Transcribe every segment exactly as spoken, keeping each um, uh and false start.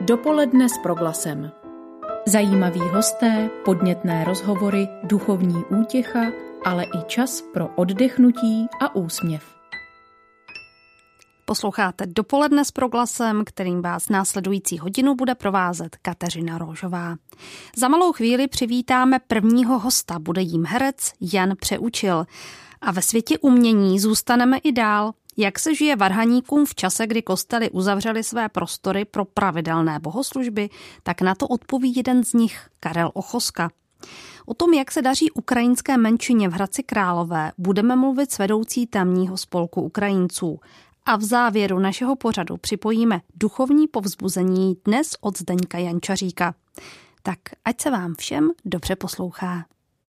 Dopoledne s Proglasem. Zajímaví hosté, podnětné rozhovory, duchovní útěcha, ale i čas pro oddechnutí a úsměv. Posloucháte Dopoledne s Proglasem, kterým vás následující hodinu bude provázet Kateřina Róžová. Za malou chvíli přivítáme prvního hosta, bude jím herec Jan Přeučil. A ve světě umění zůstaneme i dál. Jak se žije varhaníkům v čase, kdy kostely uzavřely své prostory pro pravidelné bohoslužby, tak na to odpoví jeden z nich, Karel Ochoska. O tom, jak se daří ukrajinské menšině v Hradci Králové, budeme mluvit s vedoucí tamního spolku Ukrajinců. A v závěru našeho pořadu připojíme duchovní povzbuzení dnes od Zdeňka Jančaříka. Tak ať se vám všem dobře poslouchá.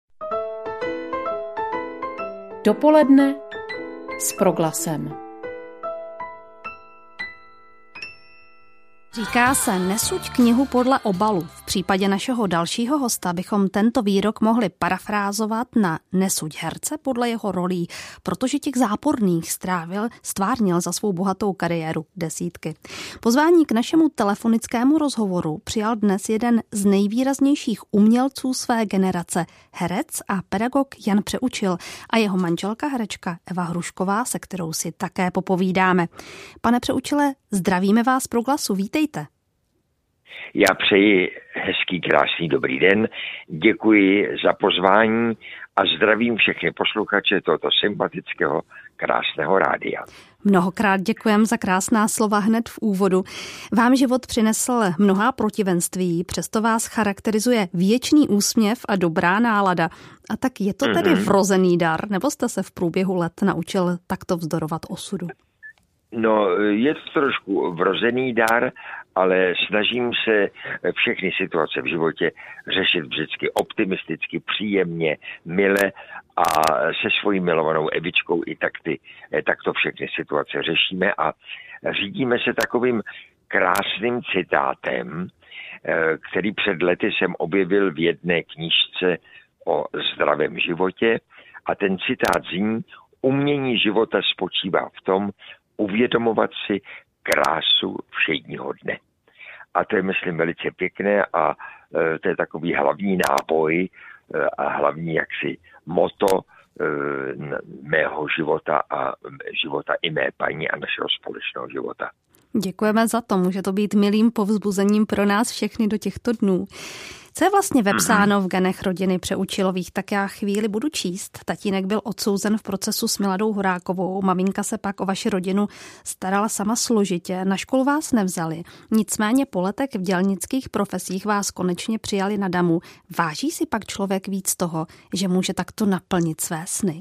Dopoledne s Proglasem. Říká se, nesuď knihu podle obalu. V případě našeho dalšího hosta bychom tento výrok mohli parafrázovat na nesuď herce podle jeho rolí, protože těch záporných strávil, stvárnil za svou bohatou kariéru desítky. Pozvání k našemu telefonickému rozhovoru přijal dnes jeden z nejvýraznějších umělců své generace, herec a pedagog Jan Přeučil a jeho manželka herečka Eva Hrušková, se kterou si také popovídáme. Pane Přeučile, zdravíme vás z Proglasu, vítejte. Já přeji hezký, krásný dobrý den, děkuji za pozvání a zdravím všechny posluchače tohoto sympatického, krásného rádia. Mnohokrát děkujem za krásná slova hned v úvodu. Vám život přinesl mnohá protivenství, přesto vás charakterizuje věčný úsměv a dobrá nálada. A tak je to tedy mm-hmm. vrozený dar, nebo jste se v průběhu let naučil takto vzdorovat osudu? No, je to trošku vrozený dar, ale snažím se všechny situace v životě řešit vždycky optimisticky, příjemně, mile a se svojí milovanou Evičkou i tak, ty, tak to všechny situace řešíme a řídíme se takovým krásným citátem, který před lety jsem objevil v jedné knížce o zdravém životě a ten citát zní: umění života spočívá v tom, uvědomovat si krásu všedního dne. A to je, myslím, velice pěkné a e, to je takový hlavní náboj e, a hlavní jaksi moto e, mého života a života i mé paní a našeho společného života. Děkujeme za to, může to být milým povzbuzením pro nás všechny do těchto dnů. Co je vlastně vepsáno v genech rodiny Přeučilových, tak já chvíli budu číst. Tatínek byl odsouzen v procesu s Miladou Horákovou, maminka se pak o vaši rodinu starala sama složitě, na školu vás nevzali. Nicméně po letech v dělnických profesích vás konečně přijali na damu. Váží si pak člověk víc toho, že může takto naplnit své sny?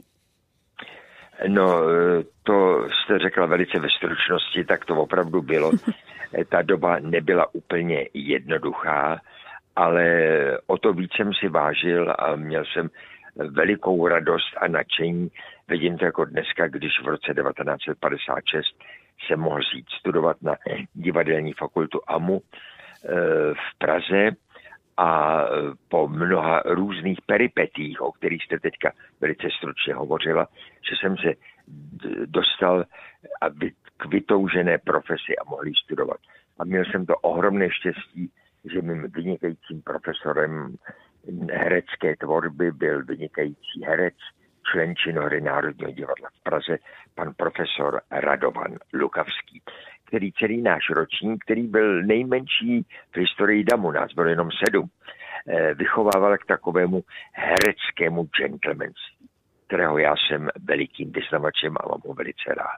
No, to jste řekla velice ve stručnosti, tak to opravdu bylo. Ta doba nebyla úplně jednoduchá, ale o to víc jsem si vážil a měl jsem velikou radost a nadšení. Vidím to jako dneska, když v roce devatenáct set padesát šest jsem mohl jít studovat na divadelní fakultu A M U v Praze a po mnoha různých peripetích, o kterých jste teďka velice stručně hovořila, že jsem se dostal k vytoužené profesi a mohl studovat. A měl jsem to ohromné štěstí, že mým vynikajícím profesorem herecké tvorby byl vynikající herec, člen činohry Národního divadla v Praze, pan profesor Radovan Lukavský, který celý náš ročník, který byl nejmenší v historii damu, nás bylo jenom sedm, vychovával k takovému hereckému gentlemanství, kterého já jsem velikým vyznavačem a mám ho velice rád.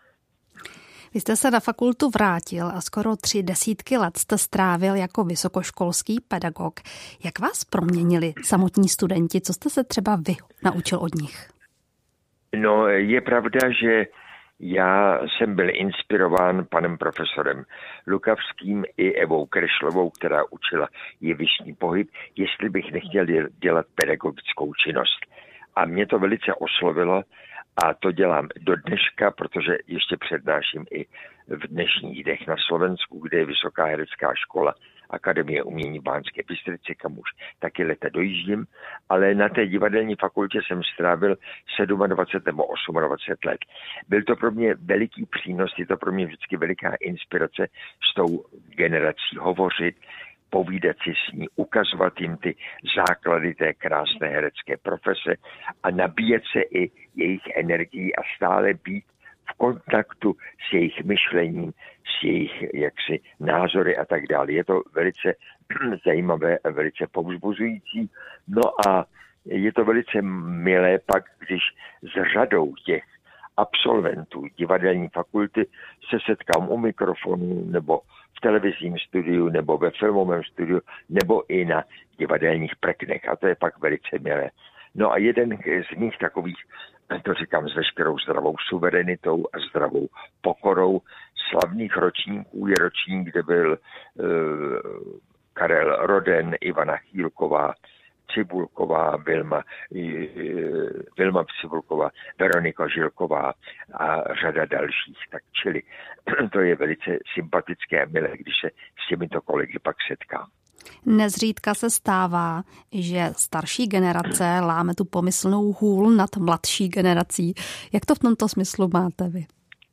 Vy jste se na fakultu vrátil a skoro tři desítky let jste strávil jako vysokoškolský pedagog. Jak vás proměnili samotní studenti? Co jste se třeba vy naučil od nich? No, je pravda, že já jsem byl inspirován panem profesorem Lukavským i Evou Krešlovou, která učila jevištní pohyb, jestli bych nechtěl dělat pedagogickou činnost. A mě to velice oslovilo a to dělám do dneška, protože ještě přednáším i v dnešních dnech na Slovensku, kde je Vysoká herecká škola Akademie umění v Banské Bystrici, kam už taky leta dojíždím, ale na té divadelní fakultě jsem strávil dvacet sedm nebo dvacet osm let. Byl to pro mě veliký přínos, je to pro mě vždycky veliká inspirace s tou generací hovořit, povídat si s ní, ukazovat jim ty základy té krásné herecké profese a nabíjet se i jejich energií a stále být v kontaktu s jejich myšlením, s jejich jaksi názory a tak dále. Je to velice zajímavé a velice povzbuzující. No a je to velice milé pak, když s řadou těch absolventů divadelní fakulty se setkám u mikrofonu nebo v televizním studiu nebo ve filmovém studiu nebo i na divadelních preknech a to je pak velice milé. No a jeden z mých takových, to říkám s veškerou zdravou suverenitou a zdravou pokorou, slavných ročníků je ročník, kde byl uh, Karel Roden, Ivana Chýlková, Cibulková, Vilma, Vilma Cibulková, Veronika Žilková a řada dalších. Tak čili to je velice sympatické a milé, když se s těmito kolegy pak setkám. Nezřídka se stává, že starší generace láme tu pomyslnou hůl nad mladší generací. Jak to v tomto smyslu máte vy?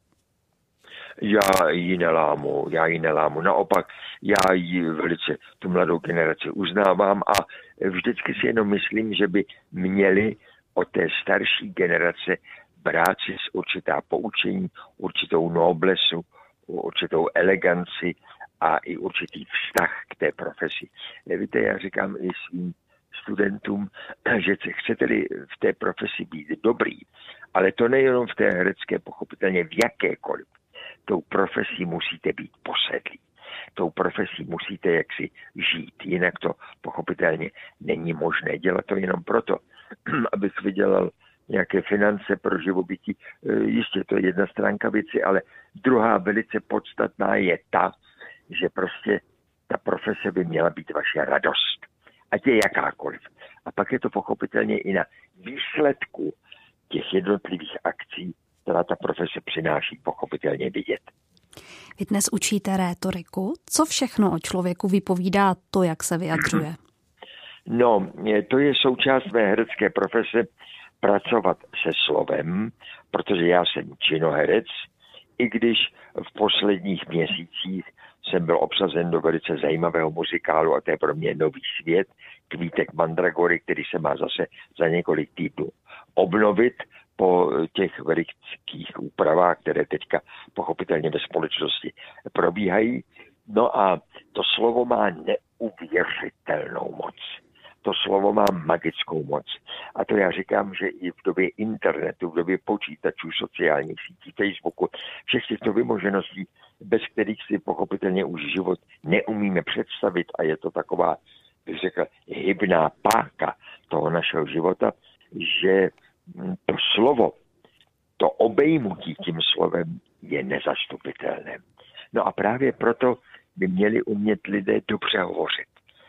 Já ji nelámu, já ji nelámu. Naopak, já ji velice tu mladou generaci uznávám a vždycky si jenom myslím, že by měli od té starší generace brát si z určitá poučení, určitou noblesu, určitou eleganci a i určitý vztah k té profesi. Víte, já říkám i svým studentům, že chcete-li v té profesi být dobrý, ale to nejenom v té herecké, pochopitelně v jakékoliv, tou profesí musíte být posedlí. Tou profesí musíte jaksi žít, jinak to pochopitelně není možné. Dělat to jenom proto, abych vydělal nějaké finance pro živobytí. Jistě to je jedna stránka věci, ale druhá velice podstatná je ta, že prostě ta profese by měla být vaše radost. Ať je jakákoliv. A pak je to pochopitelně i na výsledku těch jednotlivých akcí, která ta profese přináší, pochopitelně vidět. Vy dnes učíte rétoriku. Co všechno o člověku vypovídá to, jak se vyjadřuje? No, to je součást mé herecké profese pracovat se slovem, protože já jsem činoherec, i když v posledních měsících jsem byl obsazen do velice zajímavého muzikálu a to je pro mě Nový svět, Kvítek Mandragory, který se má zase za několik týdnů obnovit po těch velikých úpravách, které teďka pochopitelně ve společnosti probíhají. No a to slovo má neuvěřitelnou moc. To slovo má magickou moc. A to já říkám, že i v době internetu, v době počítačů, sociálních sítí, Facebooku, všech těchto vymožeností, bez kterých si pochopitelně už život neumíme představit a je to taková, bych řekl, hybná páka toho našeho života, že to slovo, to obejmutí tím slovem je nezastupitelné. No a právě proto by měli umět lidé dobře hovořit.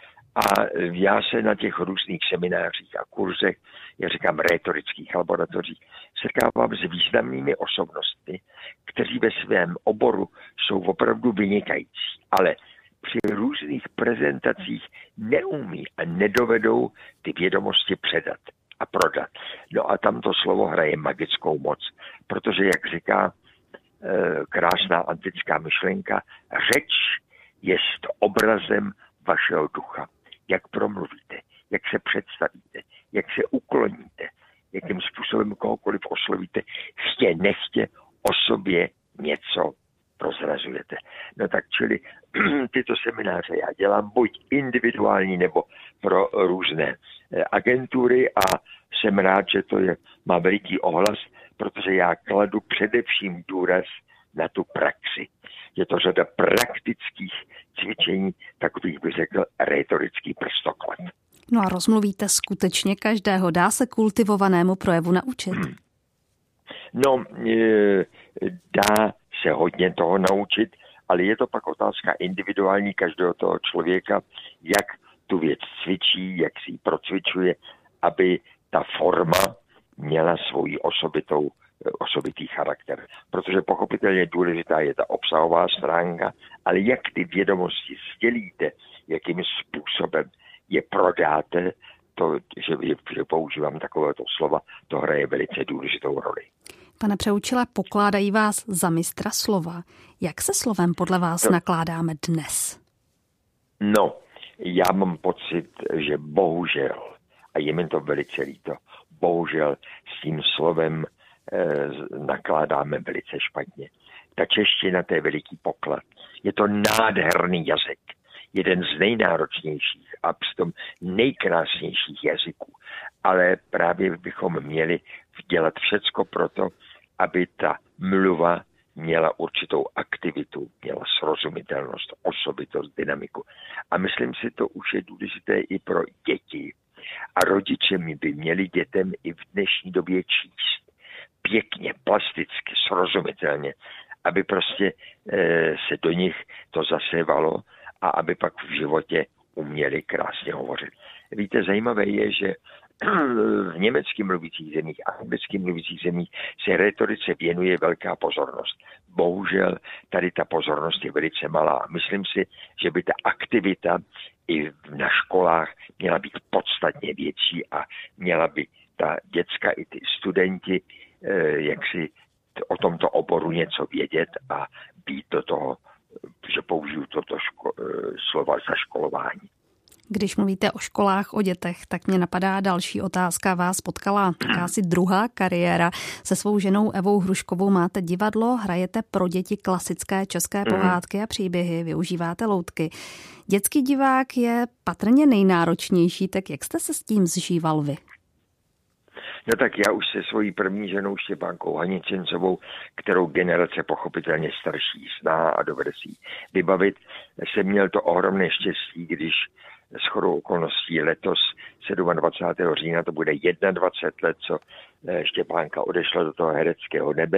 A já se na těch různých seminářích a kurzech, já říkám rétorických laboratořích, setkávám s významnými osobnostmi, kteří ve svém oboru jsou opravdu vynikající, ale při různých prezentacích neumí a nedovedou ty vědomosti předat a prodat. No a tam to slovo hraje magickou moc, protože, jak říká e, krásná antická myšlenka, řeč jest obrazem vašeho ducha. Jak promluvíte, jak se představíte, jak se ukloníte, jakým způsobem kohokoliv oslovíte, chtě nechtě o sobě něco prozrazujete. No tak čili tyto semináře já dělám buď individuální nebo pro různé agentury a jsem rád, že to je, má veliký ohlas, protože já kladu především důraz na tu praxi. Je to řada praktických cvičení, takových bych řekl rétorický prstoklad. No a rozmluvíte skutečně každého. Dá se kultivovanému projevu naučit? No, dá se hodně toho naučit, ale je to pak otázka individuální každého toho člověka, jak tu věc cvičí, jak si ji procvičuje, aby ta forma měla svoji osobitou osobitý charakter. Protože pochopitelně důležitá je ta obsahová stránka, ale jak ty vědomosti sdělíte, jakým způsobem je prodáte, to, že, že používám takovéto slova, to hraje velice důležitou roli. Pane Přeučile, pokládají vás za mistra slova. Jak se slovem podle vás to... nakládáme dnes? No, já mám pocit, že bohužel, a je mi to velice líto, bohužel s tím slovem eh, nakládáme velice špatně. Ta čeština, to je veliký poklad. Je to nádherný jazyk. Jeden z nejnáročnějších a přitom nejkrásnějších jazyků. Ale právě bychom měli dělat všecko proto, aby ta mluva měla určitou aktivitu, měla srozumitelnost, osobitost, dynamiku. A myslím si, to už je důležité i pro děti. A rodiče mi by měli dětem i v dnešní době číst pěkně, plasticky, srozumitelně, aby prostě e, se do nich to zasévalo a aby pak v životě uměli krásně hovořit. Víte, zajímavé je, že v německy mluvících zemích a anglicky mluvících zemích se retorice věnuje velká pozornost. Bohužel tady ta pozornost je velice malá. Myslím si, že by ta aktivita i na školách měla být podstatně větší a měla by ta děcka i ty studenti jak si o tomto oboru něco vědět a být do toho, že použiju toto ško- slova zaškolování. Když mluvíte o školách, o dětech, tak mě napadá další otázka. Vás potkala jakási druhá kariéra. Se svou ženou Evou Hruškovou máte divadlo, hrajete pro děti klasické české pohádky a příběhy, využíváte loutky. Dětský divák je patrně nejnáročnější, tak jak jste se s tím zžíval vy? No tak já už se svojí první ženou Štěpánkou Haničincovou, kterou generace pochopitelně starší zná a dovede si vybavit, jsem měl to ohromné štěstí, když shodou okolností letos dvacátého sedmého října, to bude dvacet jedna let, co Štěpánka odešla do toho hereckého nebe,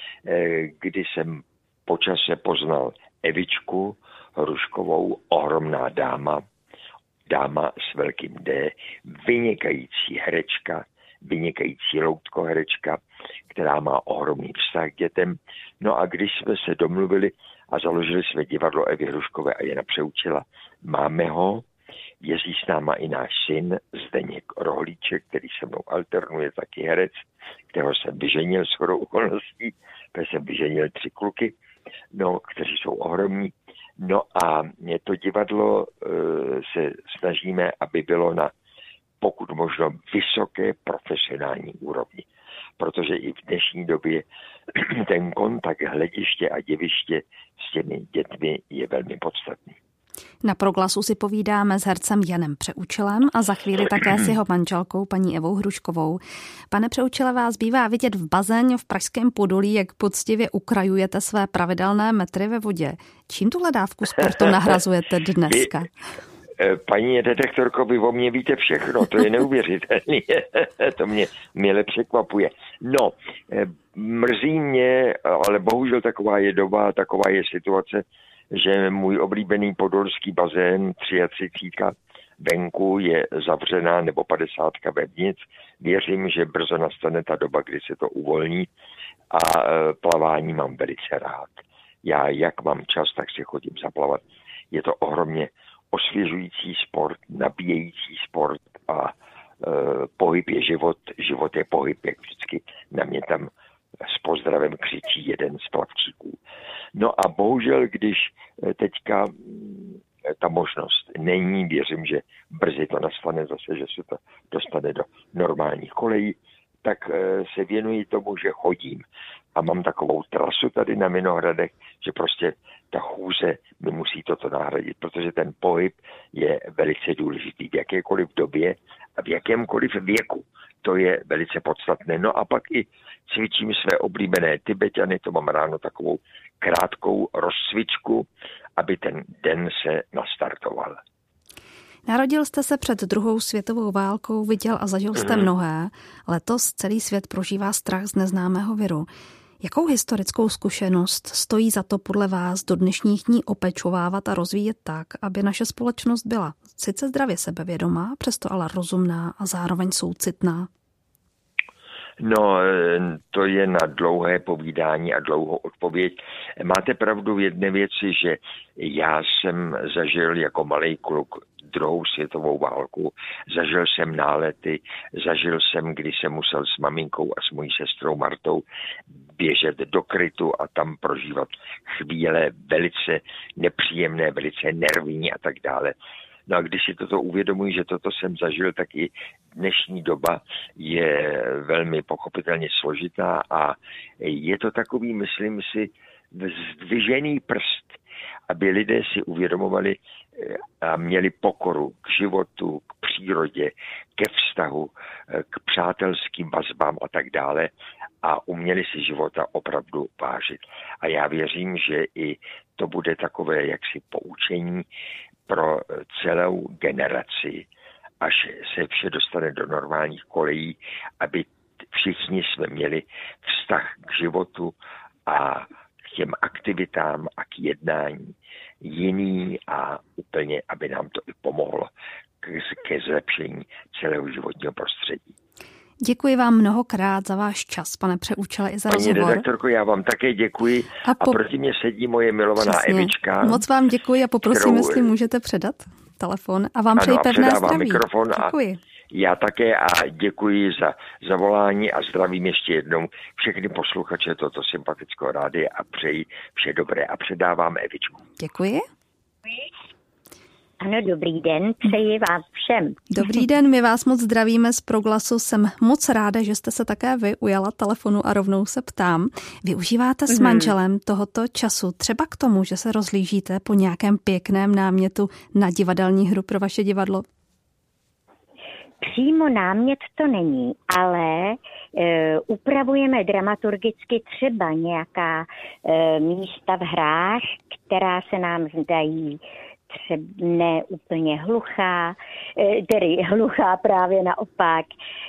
kdy jsem po čase poznal Evičku Hruškovou, ohromná dáma, dáma s velkým D, vynikající herečka, vynikající loutkoherečka, která má ohromný vztah k dětem. No a když jsme se domluvili a založili jsme divadlo Evy Hruškové a Jana Přeučila, máme ho, jezdí s náma i náš syn Zdeněk Rohlíček, který se mnou alternuje, taky herec, kterého jsem vyženil shodou okolností, protože jsem vyženil tři kluky, no, kteří jsou ohromní. No a to divadlo e, se snažíme, aby bylo na pokud možno vysoké profesionální úrovni. Protože i v dnešní době ten kontakt hlediště a děviště s těmi dětmi je velmi podstatný. Na Proglasu si povídáme s hercem Janem Přeučilem a za chvíli také s jeho manželkou paní Evou Hruškovou. Pane Přeučile, vás bývá vidět v bazéně v pražském Podolí, jak poctivě ukrajujete své pravidelné metry ve vodě. Čím tuhle dávku sportu nahrazujete dneska? Paní detektorko, vy o mě víte všechno, to je neuvěřitelné, to mě milé překvapuje. No, mrzí mě, ale bohužel taková je doba, taková je situace, že můj oblíbený podolský bazén třicet tři venku je zavřená nebo padesátka vevnitř. Věřím, že brzo nastane ta doba, kdy se to uvolní a plavání mám velice rád. Já jak mám čas, tak si chodím zaplavat. Je to ohromně osvěžující sport, nabíjející sport a e, pohyb je život, život je pohyb, jak vždycky na mě tam s pozdravem křičí jeden z plavčíků. No a bohužel, když teďka ta možnost není, věřím, že brzy to nastane zase, že se to dostane do normálních kolejí, tak se věnuji tomu, že chodím. A mám takovou trasu tady na Vinohradech, že prostě ta chůze mi musí toto nahradit, protože ten pohyb je velice důležitý v jakékoliv době a v jakémkoliv věku. To je velice podstatné. No a pak i cvičím své oblíbené Tibetany, to mám ráno takovou krátkou rozcvičku, aby ten den se nastartoval. Narodil jste se před druhou světovou válkou, viděl a zažil jste mnohé. Letos celý svět prožívá strach z neznámého viru. Jakou historickou zkušenost stojí za to podle vás do dnešních dní opečovávat a rozvíjet tak, aby naše společnost byla sice zdravě sebevědomá, přesto ale rozumná a zároveň soucitná? No, to je na dlouhé povídání a dlouhou odpověď. Máte pravdu v jedné věci, že já jsem zažil jako malý kluk druhou světovou válku, zažil jsem nálety, zažil jsem, kdy jsem musel s maminkou a s mojí sestrou Martou běžet do krytu a tam prožívat chvíle velice nepříjemné, velice nervní a tak dále. No a když si toto uvědomuji, že toto jsem zažil, tak i dnešní doba je velmi pochopitelně složitá a je to takový, myslím si, zdvižený prst, aby lidé si uvědomovali a měli pokoru k životu, k přírodě, ke vztahu, k přátelským vazbám a tak dále a uměli si života opravdu vážit. A já věřím, že i to bude takové jaksi poučení pro celou generaci, až se vše dostane do normálních kolejí, aby všichni jsme měli vztah k životu a k těm aktivitám a k jednání jiný a úplně, aby nám to i pomohlo ke zlepšení celého životního prostředí. Děkuji vám mnohokrát za váš čas, pane Přeúčele, i za Paní rozhovor. redaktorko, já vám také děkuji a, po... a proti mě sedí moje milovaná Přesně. Evička. Moc vám děkuji a poprosím, kterou... jestli můžete předat telefon a vám přeji pevné zdraví. Mikrofon děkuji. A já také a děkuji za zavolání a zdravím ještě jednou všechny posluchače tohoto sympatického rádia a přeji vše dobré a předávám Evičku. Děkuji. Ano, dobrý den, přeji vám všem. Dobrý den, my vás moc zdravíme z Proglasu. Jsem moc ráda, že jste se také vy ujala telefonu a rovnou se ptám. Využíváte s manželem tohoto času třeba k tomu, že se rozhlížíte po nějakém pěkném námětu na divadelní hru pro vaše divadlo? Přímo námět to není, ale e, upravujeme dramaturgicky třeba nějaká e, místa v hrách, která se nám zdají třeba ne úplně hluchá, tedy hluchá právě naopak,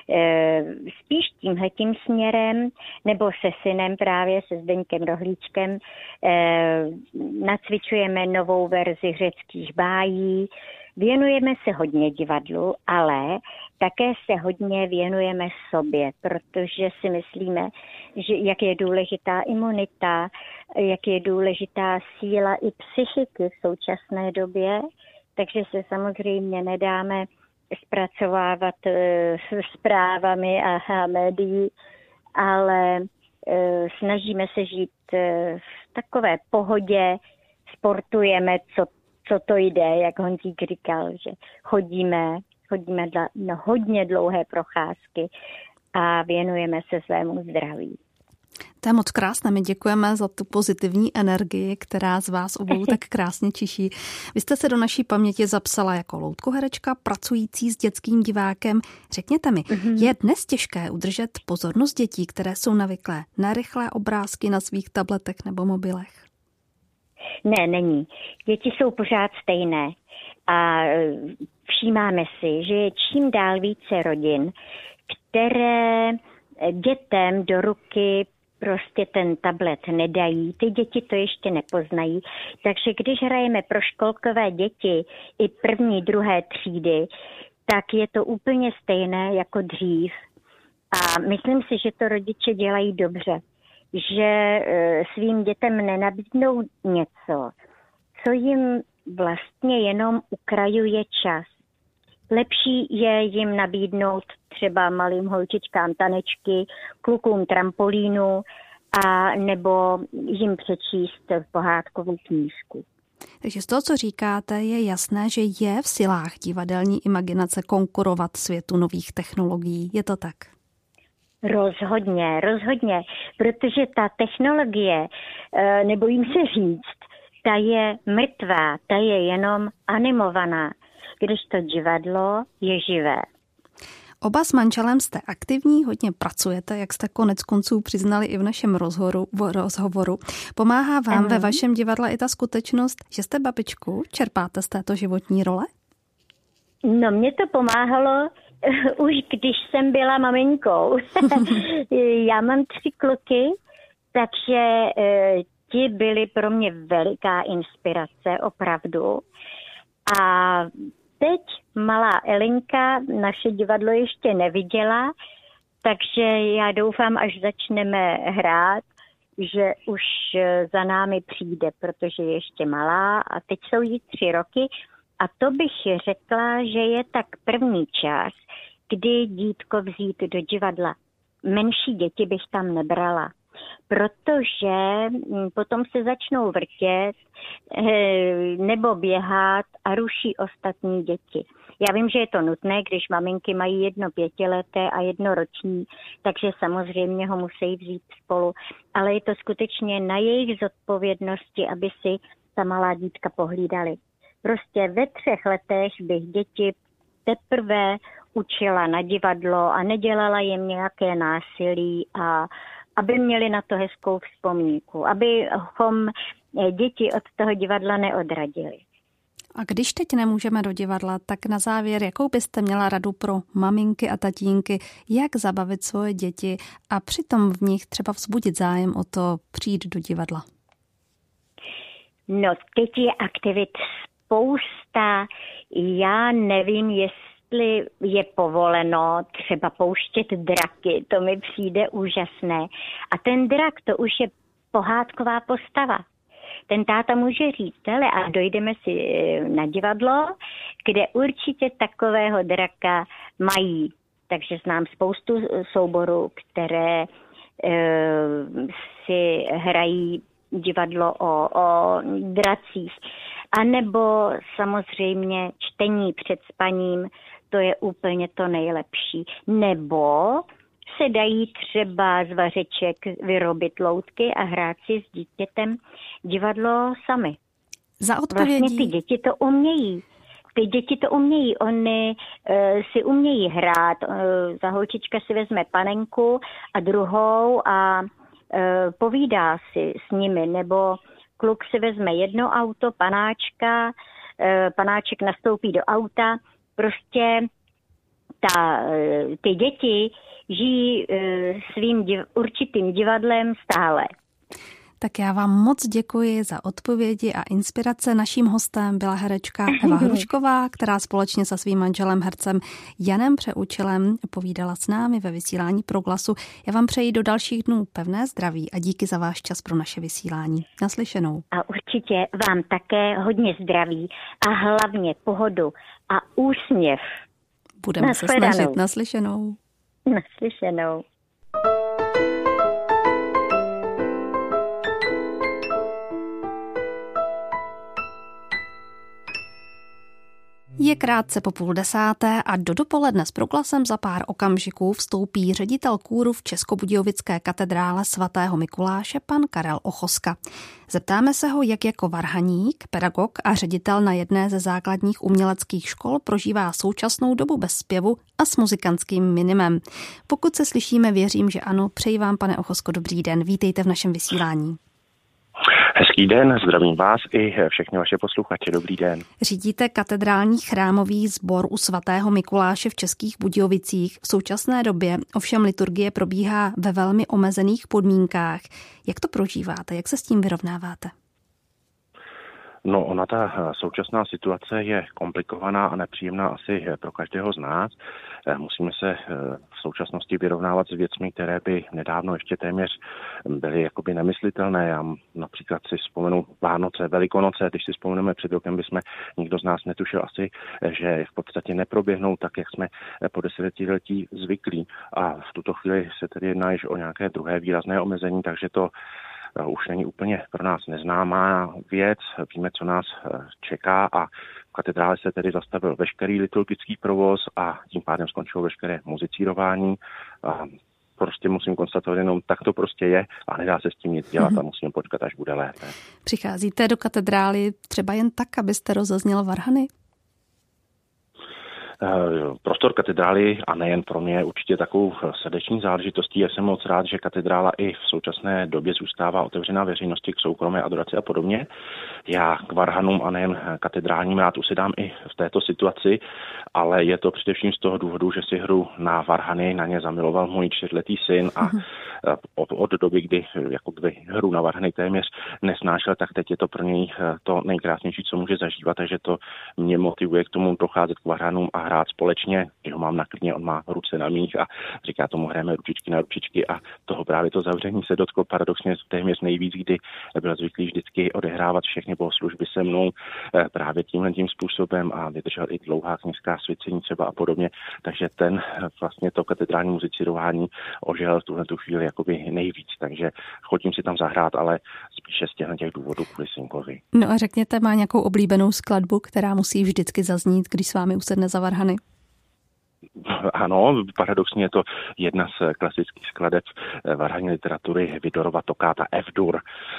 spíš tímhletím směrem, nebo se synem právě, se Zdeňkem Rohlíčkem, nacvičujeme novou verzi řeckých bájí, věnujeme se hodně divadlu, ale také se hodně věnujeme sobě, protože si myslíme, že jak je důležitá imunita, jak je důležitá síla i psychiky v současné době, takže se samozřejmě nedáme zpracovávat s zprávami a, a médií, ale e, snažíme se žít e, v takové pohodě, sportujeme, co, co to jde, jak Honzík říkal, že chodíme, chodíme na no, hodně dlouhé procházky a věnujeme se svému zdraví. To je moc krásné, my děkujeme za tu pozitivní energii, která z vás obou tak krásně čiší. Vy jste se do naší paměti zapsala jako loutkoherečka, pracující s dětským divákem. Řekněte mi, mm-hmm. je dnes těžké udržet pozornost dětí, které jsou navyklé na rychlé obrázky na svých tabletech nebo mobilech? Ne, není. Děti jsou pořád stejné a všímáme si, že je čím dál více rodin, které dětem do ruky prostě ten tablet nedají, ty děti to ještě nepoznají, takže když hrajeme pro školkové děti i první, druhé třídy, tak je to úplně stejné jako dřív. A myslím si, že to rodiče dělají dobře, že svým dětem nenabídnou něco, co jim vlastně jenom ukrajuje čas. Lepší je jim nabídnout třeba malým holčičkám tanečky, klukům trampolínu a nebo jim přečíst pohádkovou knížku. Takže z toho, co říkáte, je jasné, že je v silách divadelní imaginace konkurovat světu nových technologií. Je to tak? Rozhodně, rozhodně, protože ta technologie, nebojím se říct, ta je mrtvá, ta je jenom animovaná, když to divadlo je živé. Oba s manželem jste aktivní, hodně pracujete, jak jste konec konců přiznali i v našem rozhovoru. rozhovoru. Pomáhá vám ano. ve vašem divadle i ta skutečnost, že jste babičku? Čerpáte z této životní role? No, mě to pomáhalo už když jsem byla maminkou. Já mám tři kluky, takže e, ti byli pro mě veliká inspirace, opravdu. A teď malá Elinka naše divadlo ještě neviděla, takže já doufám, až začneme hrát, že už za námi přijde, protože je ještě malá a teď jsou jí tři roky a to bych řekla, že je tak první čas, kdy dítko vzít do divadla. Menší děti bych tam nebrala, protože potom se začnou vrtět nebo běhat a ruší ostatní děti. Já vím, že je to nutné, když maminky mají jedno pětileté a jedno roční, takže samozřejmě ho musí vzít spolu, ale je to skutečně na jejich zodpovědnosti, aby si ta malá dítka pohlídali. Prostě ve třech letech bych děti teprve učila na divadlo a nedělala jim nějaké násilí a aby měli na to hezkou vzpomínku, abychom děti od toho divadla neodradili. A když teď nemůžeme do divadla, tak na závěr, jakou byste měla radu pro maminky a tatínky, jak zabavit svoje děti a přitom v nich třeba vzbudit zájem o to přijít do divadla? No, teď je aktivit spousta. Já nevím, jestli je povoleno třeba pouštět draky, to mi přijde úžasné. A ten drak, to už je pohádková postava. Ten táta může říct, hele, a dojdeme si na divadlo, kde určitě takového draka mají. Takže znám spoustu souborů, které e, si hrají divadlo o, o dracích. A nebo samozřejmě čtení před spaním, to je úplně to nejlepší. Nebo se dají třeba z vařeček vyrobit loutky a hrát si s dítětem divadlo sami. Za odpovědí. Vlastně ty děti to umějí. Ty děti to umějí. Oni uh, si umějí hrát. Uh, za holčička si vezme panenku a druhou a uh, povídá si s nimi. Nebo kluk si vezme jedno auto, panáčka, uh, panáček nastoupí do auta. Prostě ta, uh, ty děti žijí uh, svým div- určitým divadlem stále. Tak já vám moc děkuji za odpovědi a inspirace. Naším hostem byla herečka Eva Hrušková, která společně se svým manželem hercem Janem Přeučilem povídala s námi ve vysílání Proglasu. Já vám přeji do dalších dnů pevné zdraví a díky za váš čas pro naše vysílání. Naslyšenou. A určitě vám také hodně zdraví a hlavně pohodu a úsměv. Budeme se snažit. Naslyšenou. Naslyšenou. Je krátce po půl desáté a do dopoledne s Proglasem za pár okamžiků vstoupí ředitel kůru v Českobudějovické katedrále svatého Mikuláše pan Karel Ochoska. Zeptáme se ho, jak jako varhaník, pedagog a ředitel na jedné ze základních uměleckých škol prožívá současnou dobu bez zpěvu a s muzikantským minimem. Pokud se slyšíme, věřím, že ano. Přeji vám, pane Ochosko, dobrý den. Vítejte v našem vysílání. Hezký den, zdravím vás i všechny vaše posluchače. Dobrý den. Řídíte katedrální chrámový sbor u svatého Mikuláše v Českých Budějovicích. V současné době ovšem liturgie probíhá ve velmi omezených podmínkách. Jak to prožíváte? Jak se s tím vyrovnáváte? No, ona ta současná situace je komplikovaná a nepříjemná asi pro každého z nás. Musíme se v současnosti vyrovnávat s věcmi, které by nedávno ještě téměř byly jakoby nemyslitelné. Já například si vzpomenu Vánoce, Velikonoce, když si vzpomeneme před rokem, bychom nikdo z nás netušil asi, že v podstatě neproběhnou tak, jak jsme po desetiletí zvyklí. A v tuto chvíli se tedy jedná již o nějaké druhé výrazné omezení, takže to už není úplně pro nás neznámá věc. Víme, co nás čeká a v katedrále se tedy zastavil veškerý liturgický provoz a tím pádem skončilo veškeré muzicírování. A prostě musím konstatovat jenom, tak to prostě je a nedá se s tím nic dělat a musíme počkat, až bude lépe. Přicházíte do katedrály třeba jen tak, abyste rozezněl varhany? Prostor katedrály a nejen pro mě určitě takovou srdeční záležitostí. Já jsem moc rád, že katedrála i v současné době zůstává otevřená veřejnosti k soukromé adoraci a podobně. Já k varhanům a nejen katedrálním rád usedám i v této situaci, ale je to především z toho důvodu, že si hru na varhany na ně zamiloval můj čtyřletý syn a od, od doby, kdy jako kdy hru na varhany téměř nesnášel, tak teď je to pro něj to nejkrásnější, co může zažívat, takže to mě motivuje k tomu docházet k varhanům a hrát společně. Když ho mám na klidně, on má ruce na mých a říká tomu hrajeme ručičky na ručičky a toho právě to zavření se dotklo paradoxně téměř nejvíc, kdy byl zvyklý vždycky odehrávat všechny bohoslužby se mnou právě tímhle tím způsobem a vydržel i dlouhá kněžská svěcení třeba a podobně. Takže ten vlastně to katedrální muzicírování ožil v tuhle tu chvíli jakoby nejvíc. Takže chodím si tam zahrát, ale spíše z těch důvodů kvůli synkovi. No a řekněte, má nějakou oblíbenou skladbu, která musí vždycky zaznít, když s vámi usedne za varhany? Ano, paradoxně je to jedna z klasických skladeb varhanní literatury Vidorova tokáta F-dur,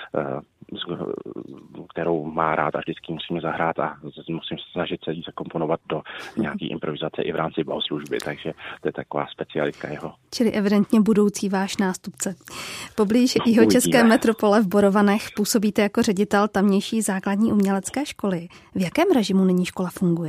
kterou má rád a vždycky musíme zahrát a musím se snažit se jí zakomponovat do nějaký improvizace i v rámci bohoslužby, takže to je taková specialika jeho. Čili evidentně budoucí váš nástupce. Poblíž jihočeské metropole v Borovanech působíte jako ředitel tamnější základní umělecké školy. V jakém režimu nyní škola funguje?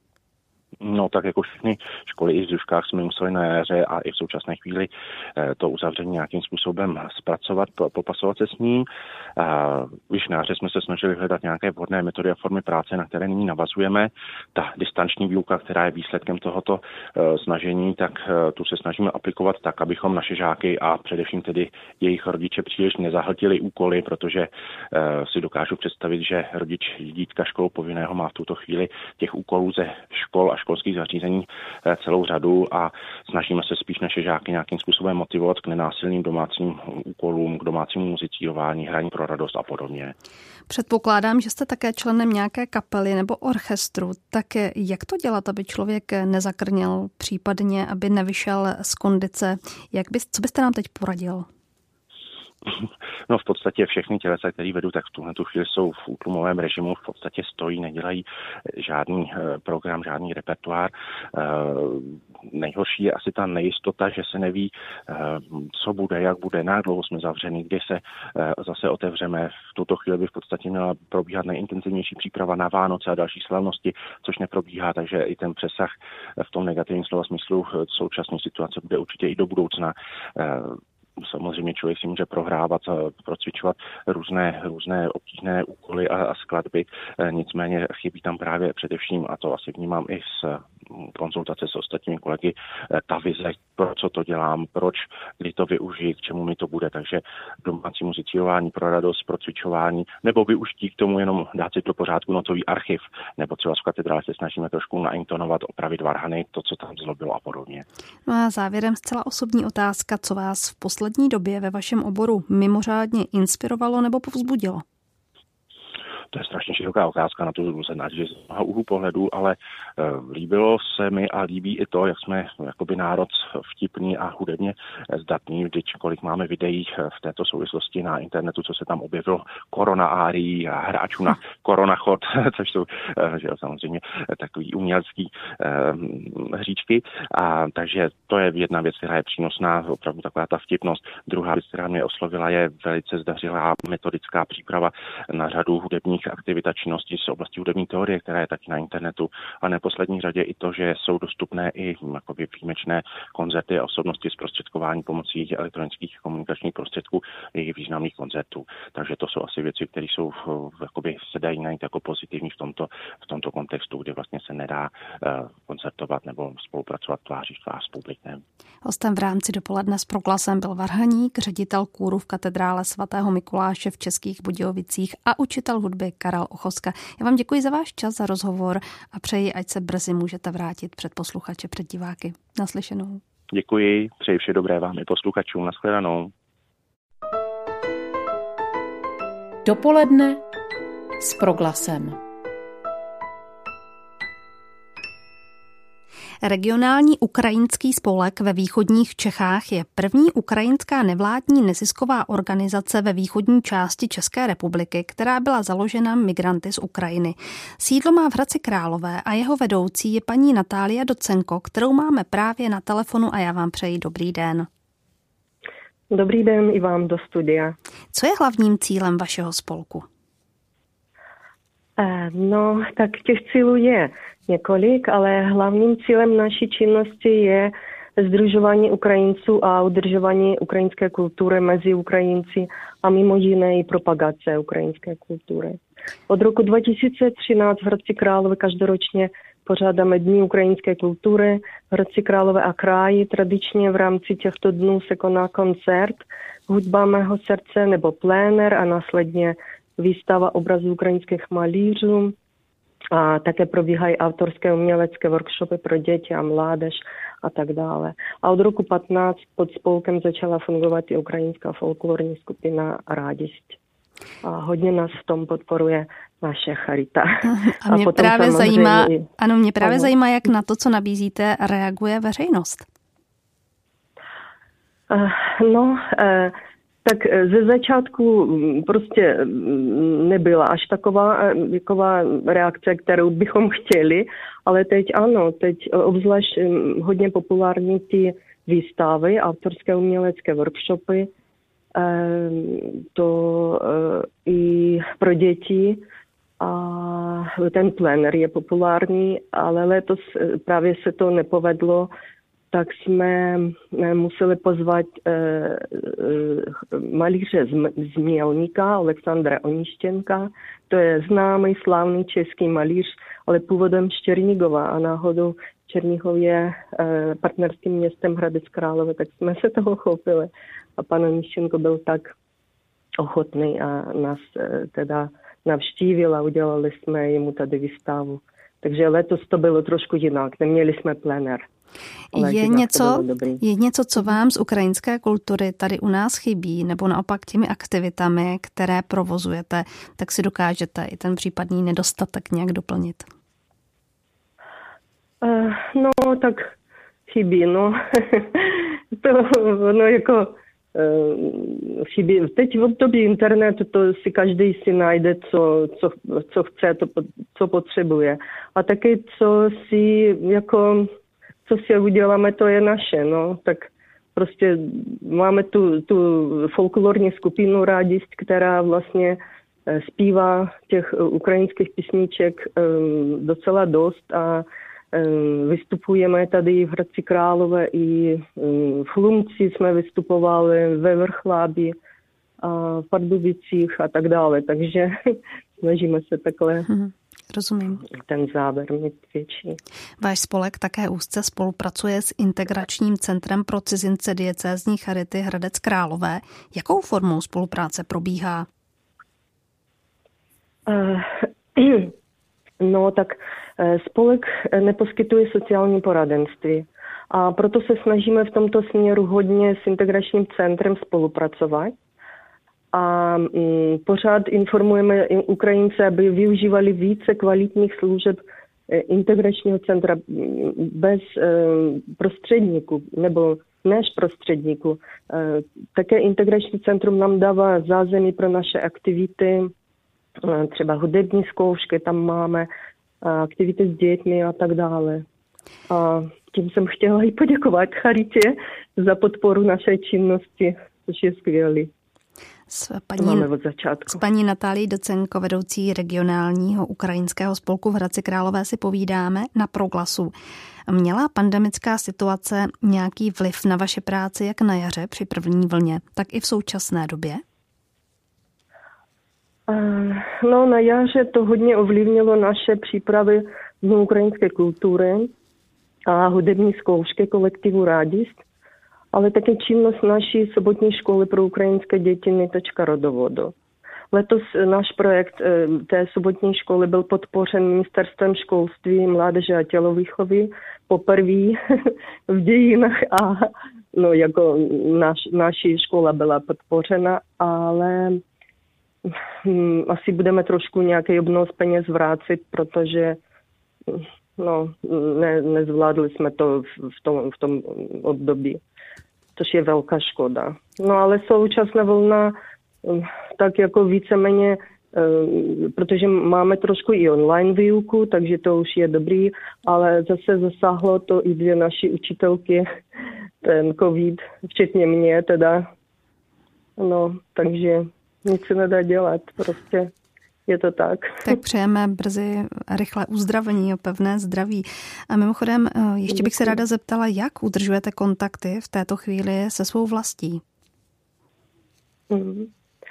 No tak jako všechny školy i v Zduškách jsme museli na jaře a i v současné chvíli to uzavření nějakým způsobem zpracovat, popasovat se s ním. Když na jaře jsme se snažili hledat nějaké vhodné metody a formy práce, na které nyní navazujeme. Ta distanční výuka, která je výsledkem tohoto snažení, tak tu se snažíme aplikovat tak, abychom naše žáky a především tedy jejich rodiče příliš nezahltili úkoly, protože si dokážu představit, že rodič dítka školu povinného má v tuto chvíli těch úkolů ze škol a školských zařízení celou řadu a snažíme se spíš naše žáky nějakým způsobem motivovat k nenásilným domácím úkolům, k domácímu muzicírování, hraní pro radost a podobně. Předpokládám, že jste také členem nějaké kapely nebo orchestru. Tak jak to dělat, aby člověk nezakrněl, případně aby nevyšel z kondice? Jak bys, co byste nám teď poradil? No v podstatě všechny tělesa, které vedu, tak v tuhle tu chvíli jsou v útlumovém režimu, v podstatě stojí, nedělají žádný program, žádný repertoár. Nejhorší je asi ta nejistota, že se neví, co bude, jak bude, jak dlouho jsme zavřený, kdy se zase otevřeme. V tuto chvíli by v podstatě měla probíhat nejintenzivnější příprava na Vánoce a další slavnosti, což neprobíhá, takže i ten přesah v tom negativním slova smyslu současné situace bude určitě i do budoucna. Samozřejmě člověk si může prohrávat, procvičovat různé, různé obtížné úkoly a, a skladby, nicméně chybí tam právě především, a to asi vnímám i z konzultace s ostatními kolegy, ta vize, pro co to dělám, proč, kdy to využít, k čemu mi to bude, takže domácí muzicírování pro radost, procvičování, nebo využití k tomu jenom dát si do pořádku notový archiv, nebo třeba v katedrále se snažíme trošku naintonovat, opravit varhany, to, co tam zlobilo a podobně. No a závěrem zcela osobní otázka, co vás v poslední době ve vašem oboru mimořádně inspirovalo nebo povzbudilo? To je strašně široká otázka, na to se najdě z mnoha úhlu pohledu, ale uh, líbilo se mi a líbí i to, jak jsme jakoby národ vtipný a hudebně zdatný, vždyť kolik máme videí v této souvislosti na internetu, co se tam objevilo, korona árií a hráčů na koronachod, což jsou uh, že samozřejmě takový umělecký uh, hříčky. A takže to je jedna věc, která je přínosná, opravdu taková ta vtipnost. Druhá věc, která mě oslovila, je velice zdařilá metodická příprava na řadu hudebních aktivit a činností z oblasti hudební teorie, která je taky na internetu, a neposlední řadě i to, že jsou dostupné i jakoby výjimečné koncerty a osobnosti zprostředkování pomocí elektronických komunikačních prostředků jejich významných koncertů. Takže to jsou asi věci, které jsou jakoby se dají najít jako pozitivní v tomto, v tomto kontextu, kde vlastně se nedá uh, koncertovat nebo spolupracovat tváří v tvář s publikem. Hostem v rámci Dopoledne s proglasem byl varhaník, ředitel kůru v katedrále svatého Mikuláše v Českých Budějovicích a učitel hudby Karel Ochozka. Já vám děkuji za váš čas, za rozhovor a přeji, ať se brzy můžete vrátit před posluchače, před diváky. Naslyšenou. Děkuji, přeji vše dobré vám i posluchačům. Nashledanou. Dopoledne s proglasem. Regionální ukrajinský spolek ve východních Čechách je první ukrajinská nevládní nezisková organizace ve východní části České republiky, která byla založena migranty z Ukrajiny. Sídlo má v Hradci Králové a jeho vedoucí je paní Natália Docenko, kterou máme právě na telefonu a já vám přeji dobrý den. Dobrý den i vám do studia. Co je hlavním cílem vašeho spolku? No, tak těch cílů je několik, ale hlavním cílem naší činnosti je sdružování Ukrajinců a udržování ukrajinské kultury mezi Ukrajinci a mimo jiné i propagace ukrajinské kultury. Od roku dva tisíce třináct v Hradci Králové každoročně pořádáme Dny ukrajinské kultury v Hradci Králové a kraji. Tradičně v rámci těchto dnů se koná koncert Hudba mého srdce nebo pléner a následně výstava obrazů ukrajinských malířů. A také probíhají autorské umělecké workshopy pro děti a mládež a tak dále. A od roku patnáct pod spolkem začala fungovat i ukrajinská folklorní skupina Rádiсть. A hodně nás v tom podporuje naše charita. A mě a právě zajímá, i... ano, mě právě ano. zajímá, jak na to, co nabízíte, reaguje veřejnost. Uh, no, uh, tak ze začátku prostě nebyla až taková, taková reakce, kterou bychom chtěli, ale teď ano, teď obzvlášť hodně populární ty výstavy, autorské umělecké workshopy, to i pro děti a ten pléner je populární, ale letos právě se to nepovedlo, tak jsme museli pozvat malíře z Mělníka, Alexandra Oništěnka. To je známý, slavný český malíř, ale původem z Černigova a náhodou Černihov je partnerským městem Hradec Králové, tak jsme se toho chopili. A pan Oništěnko byl tak ochotný a nás teda navštívil a udělali jsme jemu tady výstavu. Takže letos to bylo trošku jinak, neměli jsme pléner. Je něco, je něco, co vám z ukrajinské kultury tady u nás chybí, nebo naopak těmi aktivitami, které provozujete, tak si dokážete i ten případný nedostatek nějak doplnit? Uh, no, tak chybí, no. to, no, jako uh, chybí. Teď v období internetu to si každý si najde, co, co, co chce, to, co potřebuje. A taky, co si jako... co si uděláme, to je naše, no, tak prostě máme tu, tu folklorní skupinu Rádiсть, která vlastně zpívá těch ukrajinských písniček um, docela dost a um, vystupujeme tady v Hradci Králové i um, v Chlumci jsme vystupovali, ve Vrchlábi, a v Pardubicích a tak dále, takže snažíme se takhle... Hmm. Rozumím. Ten záběr mít větší. Váš spolek také úzce spolupracuje s Integračním centrem pro cizince diecézní charity Hradec Králové. Jakou formou spolupráce probíhá? Uh, no tak spolek neposkytuje sociální poradenství. A proto se snažíme v tomto směru hodně s Integračním centrem spolupracovat. A um, pořád informujeme Ukrajince, aby využívali více kvalitních služeb Integračního centra bez um, prostředníků nebo než prostředníků. Uh, také Integrační centrum nám dává zázemí pro naše aktivity, uh, třeba hudební zkoušky, tam máme uh, aktivity s dětmi a tak dále. A tím jsem chtěla i poděkovat charitě za podporu naší činnosti, což je skvělý. S paní, s paní Natálií Docenko, vedoucí regionálního ukrajinského spolku v Hradci Králové, si povídáme na Proglasu. Měla pandemická situace nějaký vliv na vaše práci jak na jaře při první vlně, tak i v současné době? No, na jaře to hodně ovlivnilo naše přípravy Dnů ukrajinské kultury a hudební zkoušky kolektivu Rádiсть, ale také činnost naší sobotní školy pro ukrajinské děti Nitočka rodovodu. Letos náš projekt té sobotní školy byl podpořen Ministerstvem školství, mládeže a tělovýchovy poprvé v dějinách a no, jako naš, naší škola byla podpořena, ale hm, asi budeme trošku nějaký obnos peněz vrátit, protože no, ne, nezvládli jsme to v tom, v tom období. Což je velká škoda. No ale současná vlna tak jako víceméně, protože máme trošku i online výuku, takže to už je dobrý, ale zase zasáhlo to i dvě naší učitelky, ten covid, včetně mě teda. No, takže nic se nedá dělat, prostě je to tak. Tak přejeme brzy rychlé uzdravení a pevné zdraví. A mimochodem, ještě bych se ráda zeptala, jak udržujete kontakty v této chvíli se svou vlastí? Mm.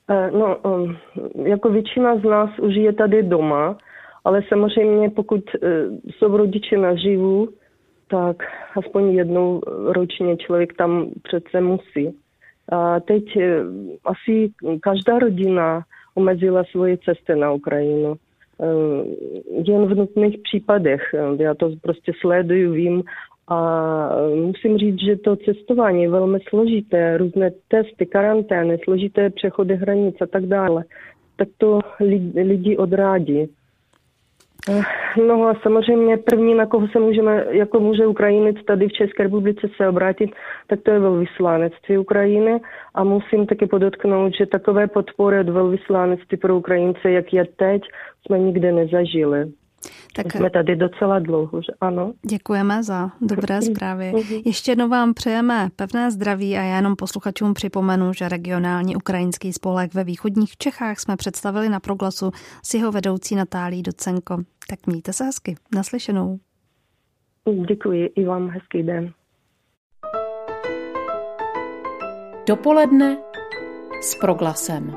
No, jako většina z nás už je tady doma, ale samozřejmě pokud jsou rodiče naživu, tak aspoň jednou ročně člověk tam přece musí. A teď asi každá rodina omezila svoje cesty na Ukrajinu. Jen v nutných případech. Já to prostě sleduju, vím a musím říct, že to cestování je velmi složité. Různé testy, karantény, složité přechody hranic a tak dále. Tak to lidi odrádí. No a samozřejmě první, na koho se můžeme, jako může Ukrajinec tady v České republice se obrátit, tak to je velvyslanectví Ukrajiny a musím taky podotknout, že takové podpory od velvyslanectví pro Ukrajince, jak je teď, jsme nikdy nezažili. Tak jsme tady docela dlouho, že ano. Děkujeme za dobré zprávy. Ještě jednou vám přejeme pevné zdraví a já jenom posluchačům připomenu, že regionální ukrajinský spolek ve východních Čechách jsme představili na Proglasu s jeho vedoucí Natálií Docenko. Tak mějte se hezky. Naslyšenou. Děkuji i vám, hezký den. Dopoledne s Proglasem.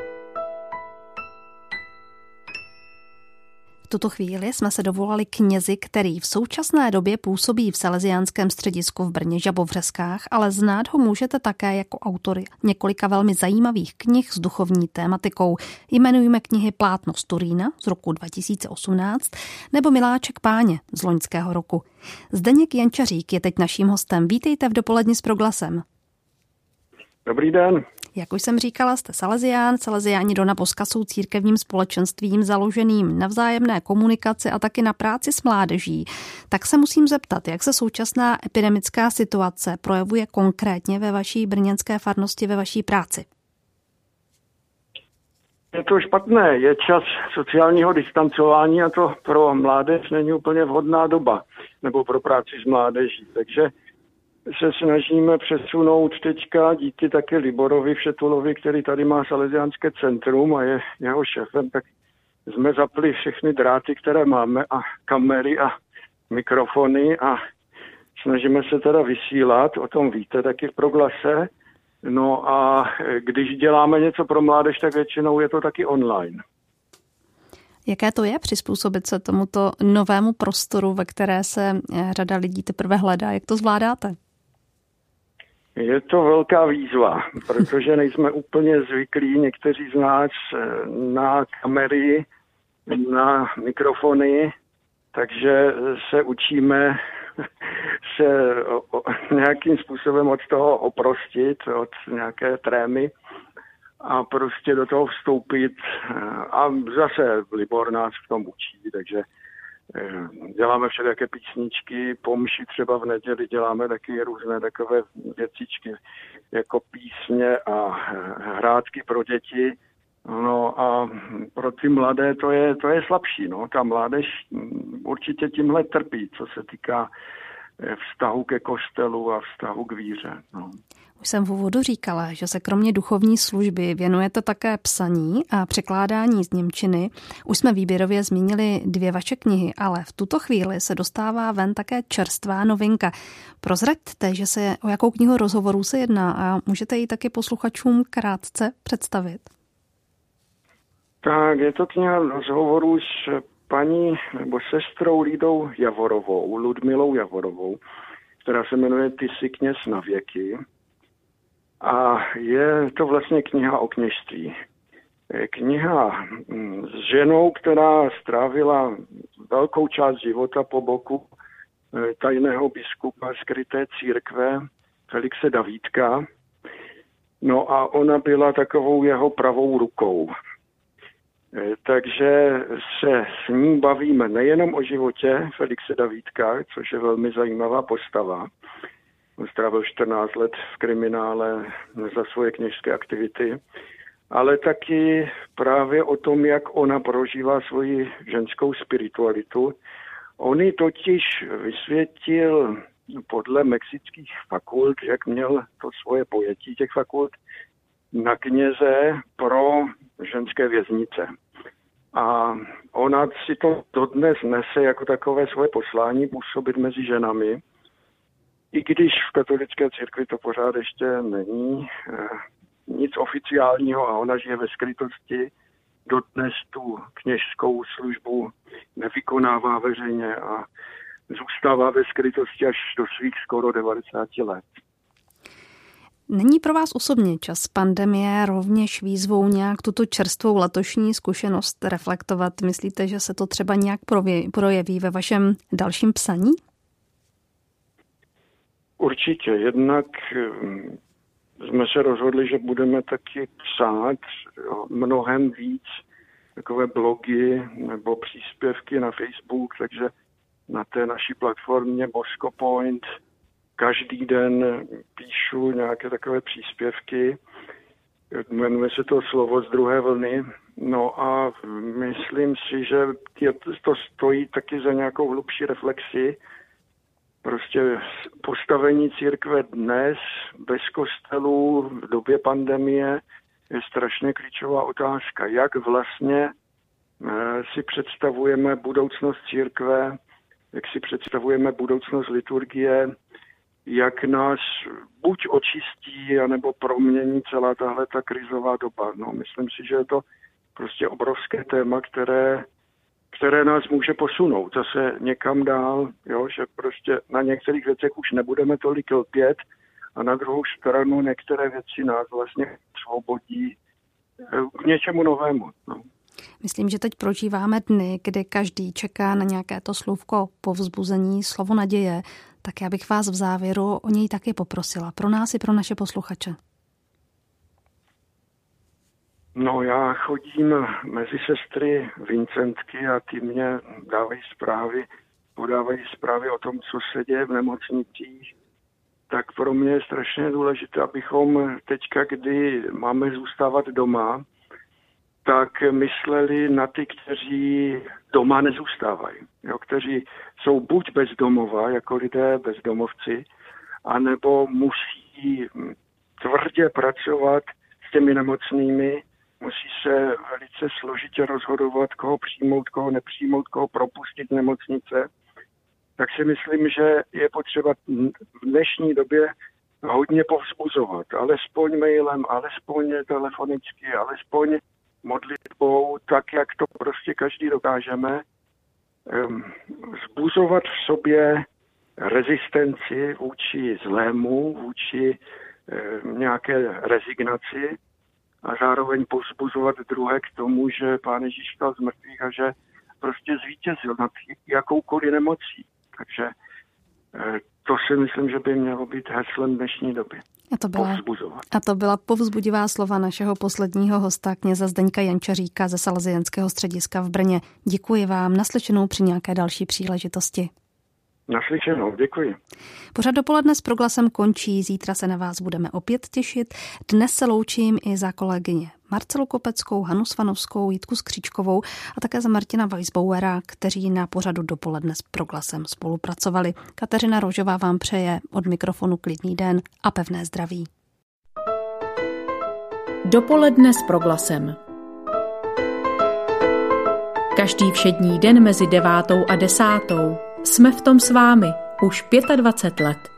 V tuto chvíli jsme se dovolali knězi, který v současné době působí v Salesiánském středisku v Brně Žabovřeskách, ale znát ho můžete také jako autor několika velmi zajímavých knih s duchovní tématikou. Jmenujeme knihy Plátno z Turína z roku dva tisíce osmnáct nebo Miláček páně z loňského roku. Zdeněk Jančařík je teď naším hostem. Vítejte v Dopoledni s Proglasem. Dobrý den. Jak už jsem říkala, jste Salesián. Salesiáni Dona Boska jsou církevním společenstvím založeným na vzájemné komunikaci a taky na práci s mládeží. Tak se musím zeptat, jak se současná epidemická situace projevuje konkrétně ve vaší brněnské farnosti, ve vaší práci? Je to špatné. Je čas sociálního distancování a to pro mládež není úplně vhodná doba, nebo pro práci s mládeží. Takže se snažíme přesunout teďka díky také Liborovi Všetulovi, který tady má Salesiánské centrum a je jeho šéfem, tak jsme zapli všechny dráty, které máme a kamery a mikrofony a snažíme se teda vysílat, o tom víte taky v Proglase. No a když děláme něco pro mládež, tak většinou je to taky online. Jaké to je přizpůsobit se tomuto novému prostoru, ve které se řada lidí teprve hledá? Jak to zvládáte? Je to velká výzva, protože nejsme úplně zvyklí někteří z nás na kamery, na mikrofony, takže se učíme se nějakým způsobem od toho oprostit, od nějaké trémy a prostě do toho vstoupit. A zase Libor nás v tom učí, takže děláme všelijaké písničky, po mši třeba v neděli děláme taky různé takové věcičky jako písně a hrátky pro děti. No a pro ty mladé to je, to je slabší. No. Ta mládež určitě tímhle trpí, co se týká vztahu ke kostelu a vztahu k víře. No. Už jsem v úvodu říkala, že se kromě duchovní služby věnujete také psaní a překládání z němčiny. Už jsme výběrově zmínili dvě vaše knihy, ale v tuto chvíli se dostává ven také čerstvá novinka. Prozraďte, že se o jakou knihu rozhovorů se jedná a můžete ji taky posluchačům krátce představit. Tak, je to kniha rozhovorů s paní nebo sestrou Lidou Javorovou, Ludmilou Javorovou, která se jmenuje Ty jsi kněz na věky. A je to vlastně kniha o kněžství. Kniha s ženou, která strávila velkou část života po boku tajného biskupa skryté církve Felixe Davídka. No a ona byla takovou jeho pravou rukou. Takže se s ní bavíme nejenom o životě Felixe Davídka, což je velmi zajímavá postava. On strávil čtrnáct let v kriminále za svoje kněžské aktivity, ale taky právě o tom, jak ona prožívá svoji ženskou spiritualitu. On ji totiž vysvětil podle mexických fakult, jak měl to svoje pojetí těch fakult, na kněze pro ženské věznice. A ona si to dodnes nese jako takové svoje poslání působit mezi ženami, i když v katolické církvi to pořád ještě není nic oficiálního a ona žije ve skrytosti. Dodnes tu kněžskou službu nevykonává veřejně a zůstává ve skrytosti až do svých skoro devadesáti let. Není pro vás osobně čas pandemie rovněž výzvou nějak tuto čerstvou letošní zkušenost reflektovat? Myslíte, že se to třeba nějak projeví ve vašem dalším psaní? Určitě. Jednak jsme se rozhodli, že budeme taky psát mnohem víc takové blogy nebo příspěvky na Facebook, takže na té naší platformě Bosco Point každý den píšu nějaké takové příspěvky. Jmenuje se to Slovo z druhé vlny. No a myslím si, že to stojí taky za nějakou hlubší reflexi. Prostě postavení církve dnes bez kostelů v době pandemie je strašně klíčová otázka. Jak vlastně si představujeme budoucnost církve, jak si představujeme budoucnost liturgie, jak nás buď očistí, anebo promění celá tahle ta krizová doba. No, myslím si, že je to prostě obrovské téma, které, které nás může posunout zase někam dál, jo? Že prostě na některých věcech už nebudeme tolik lpět a na druhou stranu některé věci nás vlastně svobodí k něčemu novému. No. Myslím, že teď prožíváme dny, kdy každý čeká na nějaké to slůvko povzbuzení, slovo naděje, tak já bych vás v závěru o něj taky poprosila. Pro nás i pro naše posluchače. No, já chodím mezi sestry Vincentky a ty mě dávají zprávy, podávají zprávy o tom, co se děje v nemocnicích. Tak pro mě je strašně důležité, abychom teďka, kdy máme zůstávat doma, tak mysleli na ty, kteří doma nezůstávají, jo, kteří jsou buď bezdomova, jako lidé bezdomovci, anebo musí tvrdě pracovat s těmi nemocnými, musí se velice složitě rozhodovat, koho přijmout, koho nepřijmout, koho propustit nemocnice. Tak si myslím, že je potřeba v dnešní době hodně povzbuzovat, alespoň mailem, alespoň telefonicky, alespoň modlitbou, tak jak to prostě každý dokážeme, vzbuzovat v sobě rezistenci vůči zlému, vůči nějaké rezignaci a zároveň povzbuzovat druhé k tomu, že Pán Ježíš vstal z mrtvých a že prostě zvítězil nad jakoukoliv nemocí. Takže to si myslím, že by mělo být heslem dnešní doby. A to, byla, a to byla povzbudivá slova našeho posledního hosta, kněze Zdeňka Jančaříka ze Salesiánského střediska v Brně. Děkuji vám, naslyšenou při nějaké další příležitosti. Naslyšenou, děkuji. Pořad Dopoledne s Proglasem končí, zítra se na vás budeme opět těšit. Dnes se loučím i za kolegyně Marcelu Kopeckou, Hanu Svanovskou, Jitku Skříčkovou a také za Martina Weisbauera, kteří na pořadu Dopoledne s Proglasem spolupracovali. Kateřina Rožová vám přeje od mikrofonu klidný den a pevné zdraví. Dopoledne s Proglasem. Každý všední den mezi devátou a desátou jsme v tom s vámi už dvacet pět let.